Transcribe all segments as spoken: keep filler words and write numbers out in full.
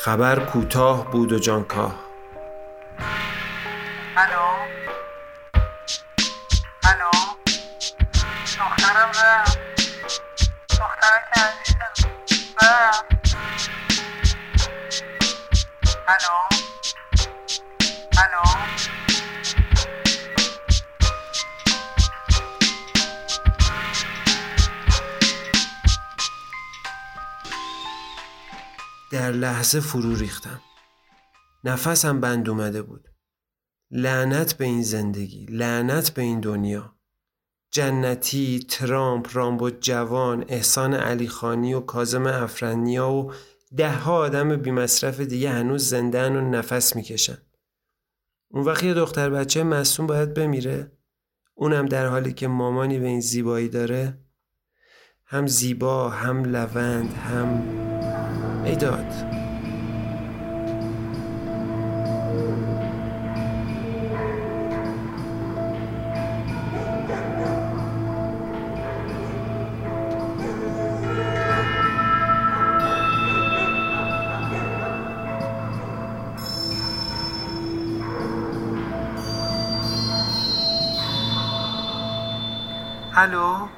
خبر کوتاه بود و جانکاه. الو الو دخترم رفت، دخترم که عزیزم رفت. الو الو در لحظه فرو ریختم. نفسم بند اومده بود. لعنت به این زندگی، لعنت به این دنیا. جنتی، ترامپ، رامبو جوان، احسان علیخانی و کاظم افرنیا و ده ها آدم بی مصرف دیگه هنوز زنده‌ان و نفس میکشن. اون وقت یه دختر بچه معصوم باید بمیره؟ اونم در حالی که مامانی به این زیبایی داره؟ هم زیبا، هم لوند، هم ایداد. الو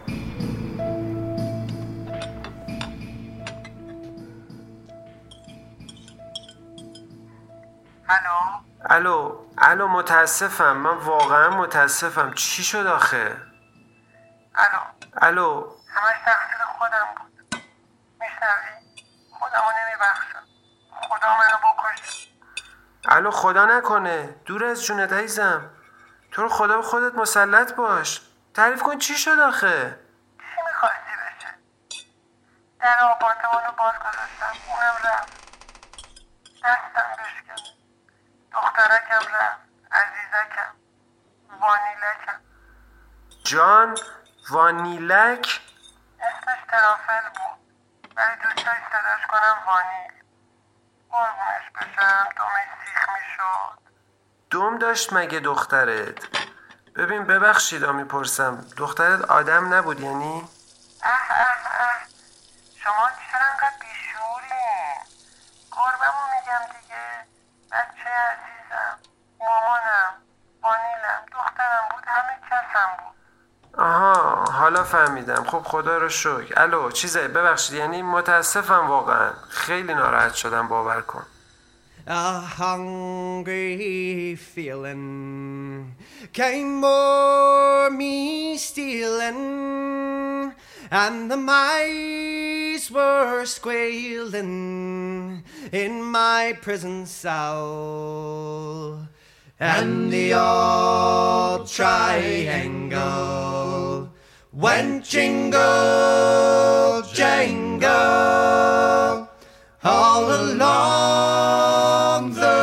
الو الو الو متاسفم، من واقعا متاسفم. چی شد آخه؟ الو الو همش تقصیر خودم بود، میشنوی؟ خودمو نمیبخشم، خدا منو بکشه. الو خدا نکنه، دور از جونت عزیزم. تو رو خدا به خودت مسلط باش. تعریف کن چی شد آخه؟ چی میخواستی بشه؟ در آپارتمانو باز گذاشتم، اونم رفت، دستم بشکنه. دخترکم رفت، عزیزکم، وانیلکم. جان وانیلک؟ اسمش ترافل بود ولی دوست داشت صداش کنم وانیل. قربونش بشم، دمش سیخ میشد. دم داشت مگه دخترت؟ ببین ببخشید میپرسم، دخترت آدم نبود یعنی؟ اه اه اه شما چرا انقدر بیشورین؟ قربمو میگم دیگه، بچه عزیزم، مامانم، وانیلم، دخترم بود، همه کسم بود. آها حالا فهمیدم. خب خدا رو شکر. الو چیزه ببخشید، یعنی متاسفم واقعا، خیلی ناراحت شدم، باور کن. A hungry feeling came o'er me stealing, and the mice were squealing in my prison cell, and the old triangle went jingle jangle all along the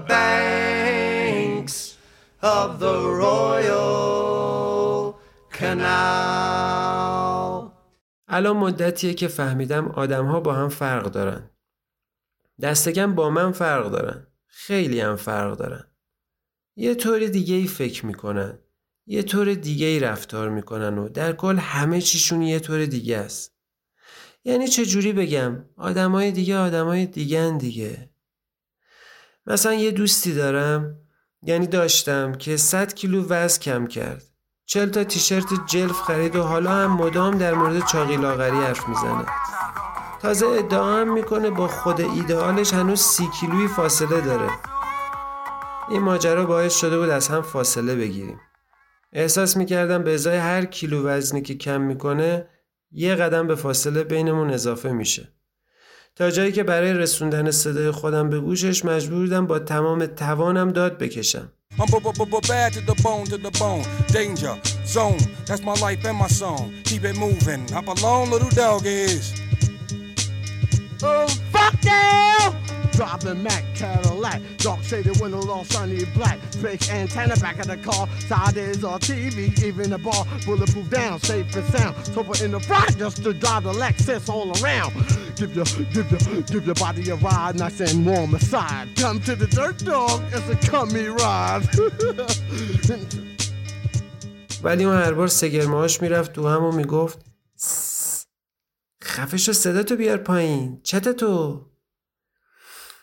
banks of the Royal Canal. الان مدتیه که فهمیدم آدم‌ها با هم فرق دارن. دست کم با من فرق دارن. خیلی هم فرق دارن. یه طور دیگه ای فکر میکنن. یه طور دیگه ای رفتار میکنن و در کل همه چیشون یه طور دیگه است. یعنی چه جوری بگم؟ آدمای دیگه آدمای دیگه ان دیگه. مثلا یه دوستی دارم، یعنی داشتم، که صد کیلو وزن کم کرد. چهل تا تیشرت جلف خرید و حالا هم مدام در مورد چاقی لاغری حرف میزنه. تازه ادعا هم میکنه با خود ایدئالش هنوز سی کیلویی فاصله داره. این ماجرا باعث شده بود از هم فاصله بگیریم. احساس میکردم به ازای هر کیلو وزنی که کم میکنه یه قدم به فاصله بینمون اضافه میشه. تا جایی که برای رسوندن صدای خودم به گوشش مجبور بودم با تمام توانم داد بکشم. I'm bad to the bone, to the bone. Danger zone, that's my life and my song. Keep it moving. Hop along, little dog is. Oh, fuck now! Driving Mac Cadillac, dark shaded windows all shiny black. Fake antenna back of the car, side is our T V, even the bar, bulletproof down, safe and sound. Sofa in the front just to drive the Lexus all around. Give your, give your, give your body a ride, nice and warm aside. Come to the dirt dog, it's a cummy ride. ولی اون هر بار سگرمهاش میرفت تو هم و میگفت خفه شو، صدا تو بیار پایین، چته تو؟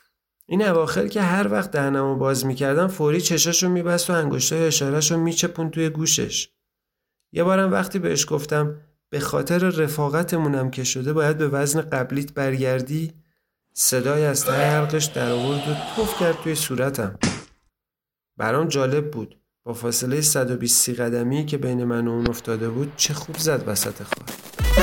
این اواخر که هر وقت دهنمو باز میکردم فوری چشاشو میبست و انگشتای اشارهشو میچپون توی گوشش. یه بارم وقتی بهش گفتم به خاطر رفاقتمونم که شده باید به وزن قبلیت برگردی، صدای از ته حلقش در آورد و توف کرد توی صورتم. برام جالب بود. با فاصله صد و بیست قدمی که بین من و اون افتاده بود چه خوب زد وسط خاک.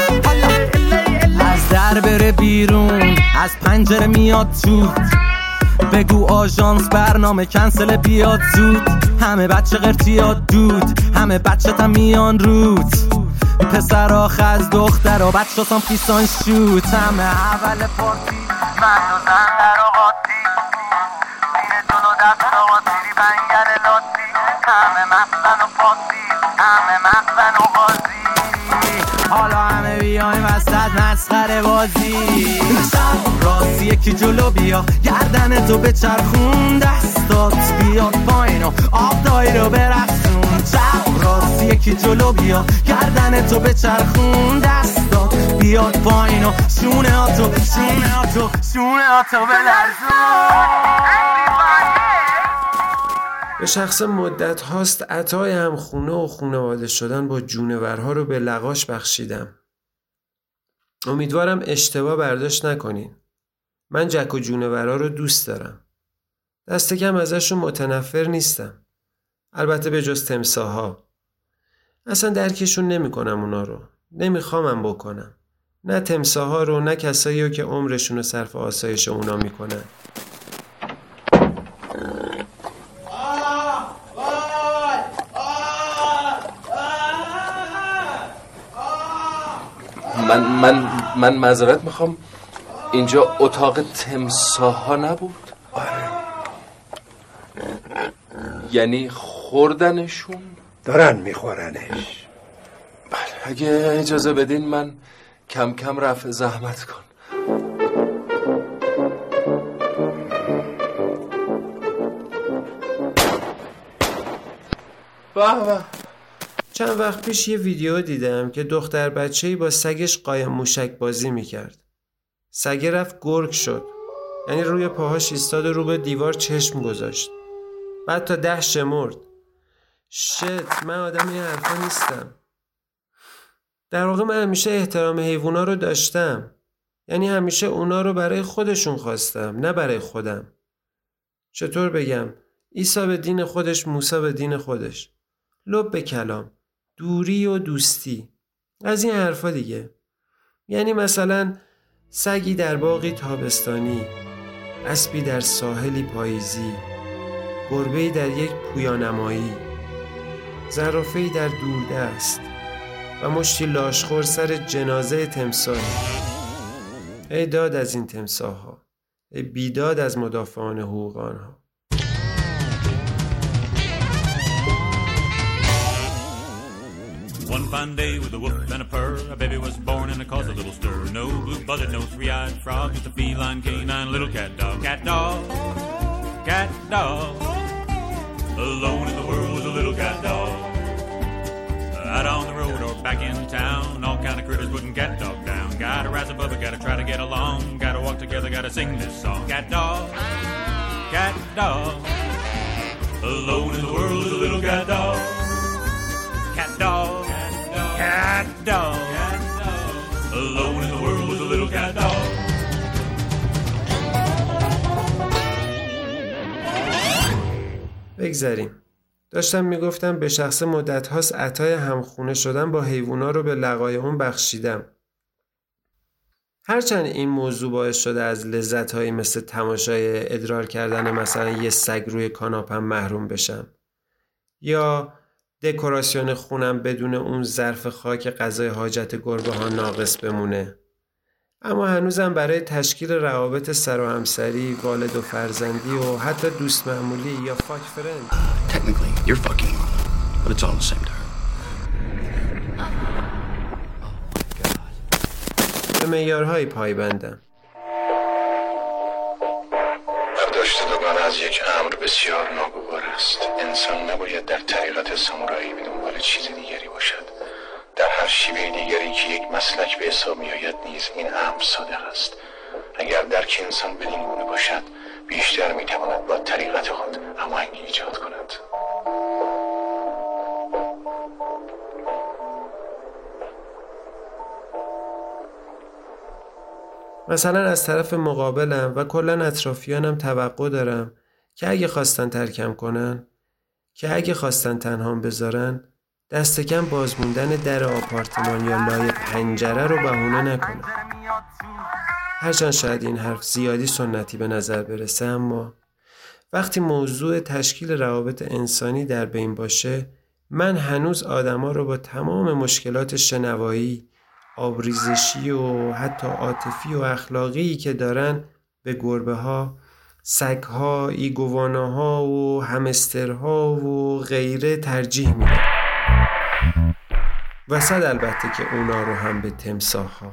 از در بره بیرون، از پنجره میاد تو، بگو آژانس برنامه کنسل بیاد زود. همه بچه قرتیات دود، همه بچه تا میان روت، پسر آخ از دختر و بچه سام پیسان شوت. همه اول پارتی من و زن در آقاتی، بین جلو دست آقاتیری بنگر لاتی، همه مفتن و پاتی، همه مفتن و بازی. حالا همه بیایم وسط مسخره بازی. شب راستی یکی جلو بیا، گردن تو به چرخون، دستات بیاد پایین و آب دایی رو برقصون. شب راستی یکی جلو بیا، گردن تو به چرخون، دستات بیاد پایین و شونه ها تو شونه ها تو شونه ها تو بلرزون. به شخص مدت هاست عطای هم خونه و خونواده شدن با جونورها رو به لغاش بخشیدم. امیدوارم اشتباه برداشت نکنین. من جک و جونورها رو دوست دارم. دست کم ازشون متنفر نیستم. البته به جز تمساح‌ها. اصلا درکشون نمی کنم اونا رو. نمیخوامم بکنم. نه تمساح‌ها رو، نه کسایی رو که عمرشون رو صرف آسایش اونا میکنن. من من من معذرت میخوام، اینجا اتاق تمساح‌ها نبود؟ آره. یعنی خوردنشون؟ دارن میخورنش. بله، اگه اجازه بدین من کم کم رفع زحمت کن. واه واه. چند وقت پیش یه ویدیو دیدم که دختر بچه‌ای با سگش قایم موشک بازی میکرد. سگه رفت گرگ شد. یعنی روی پاهاش ایستاد و رو به دیوار چشم گذاشت. بعد تا ده شمرد. شت، من آدم این حرفا نیستم. در واقع من همیشه احترام حیوونا رو داشتم. یعنی همیشه اونا رو برای خودشون خواستم، نه برای خودم. چطور بگم؟ عیسی به دین خودش، موسی به دین خودش. لب به کلام، دوری و دوستی، از این حرفا دیگه. یعنی مثلا سگی در باغی تابستانی، اسبی در ساحلی پاییزی، گربه‌ای در یک پویانمایی، زرافه‌ای در دوردست و مشتی لاشخور سر جنازه تمساح. ای داد از این تمساح‌ها، ای بیداد از مدافعان حقوق آنها. One fine day with a whoop and a purr, a baby was born and it caused a little stir. No blue-buzzard, no three-eyed frog, just a feline canine little cat dog. Cat dog, cat dog, alone in the world was a little cat dog. Out on the road or back in town, all kind of critters putting cat dog down. Gotta rise above it, gotta try to get along, gotta walk together, gotta sing this song. Cat dog, cat dog, alone in the world was a little cat dog. Cat dog, cat dog, alone in the world was a little cat dog. بگذاریم. داشتم میگفتم به شخص مدت هاست عطای همخونه شدن با حیوونا رو به لقای اون بخشیدم. هرچند این موضوع باعث شده از لذت هایی مثل تماشای ادرار کردن مثلا یه سگ روی کاناپم محروم بشم، یا دکوراسیون خونم بدون اون ظرف خاک غذای حاجت گربه ها ناقص بمونه، اما هنوزم برای تشکیل روابط سر و همسری، والد و فرزندی و حتی دوست معمولی یا فاک فرند. Technically, you're fucking, but it's all the same to her. به معیارهای پایبندم. برداشت دوگانه از یک امر بسیار ناگوار است. انسان نباید در طریقت سامورایی به دنبال چیز دیگری باشد. در هر شیوه دیگری که یک مسلک به حساب می آید نیز این امر صادق است. اگر درک انسان بدین گونه باشد بیشتر میتواند با طریقت خود هماهنگی ایجاد کند. مثلا از طرف مقابلم و کلن اطرافیانم توقع دارم که اگه خواستن ترکم کنن، که اگه خواستن تنهام بذارن، دست کم بازموندن در آپارتمان یا لای پنجره رو بهونه نکنن. هرچند شاید این حرف زیادی سنتی به نظر برسه، اما وقتی موضوع تشکیل روابط انسانی در بین باشه، من هنوز آدما رو با تمام مشکلات شنوایی، آبریزشی و حتی عاطفی و اخلاقی که دارن به گربه ها، سگ ها، ایگوانا ها و همسترها و غیره ترجیح میدم. و صد البته که اونا رو هم به تمساح ها.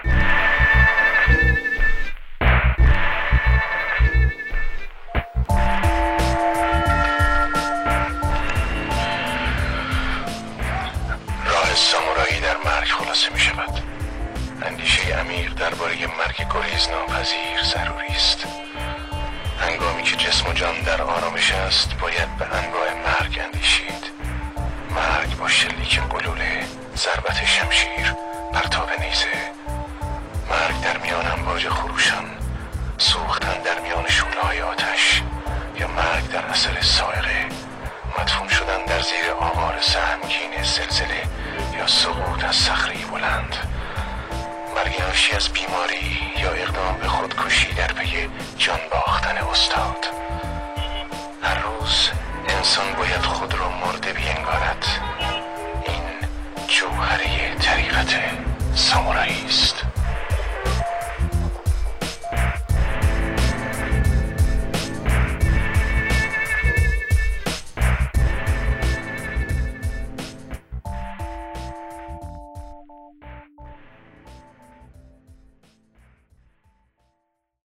راه سامورایی در مرگ خلاصه می شود. اندیشه عمیق درباره مرگ گریز ناپذیر ضروری است. هنگامی که جسم و جان در آرامش است، باید به انواع مرگ اندیشید. مرگ با شلیک گلوله، ضربت شمشیر، پرتاب نیزه. مرگ در میان امواج خروشان، سوختن در میان شعله‌های آتش، یا مرگ در اثر صاعقه، مدفون شدن در زیر آوار سهمگین زلزله یا سقوط از صخره‌ای بلند. مرگ ناشی از بیماری یا اقدام به خودکشی در پی جان باختن استاد. هر روز انسان باید خود را مرده بینگارد. این جوهره طریقت سامورایی است.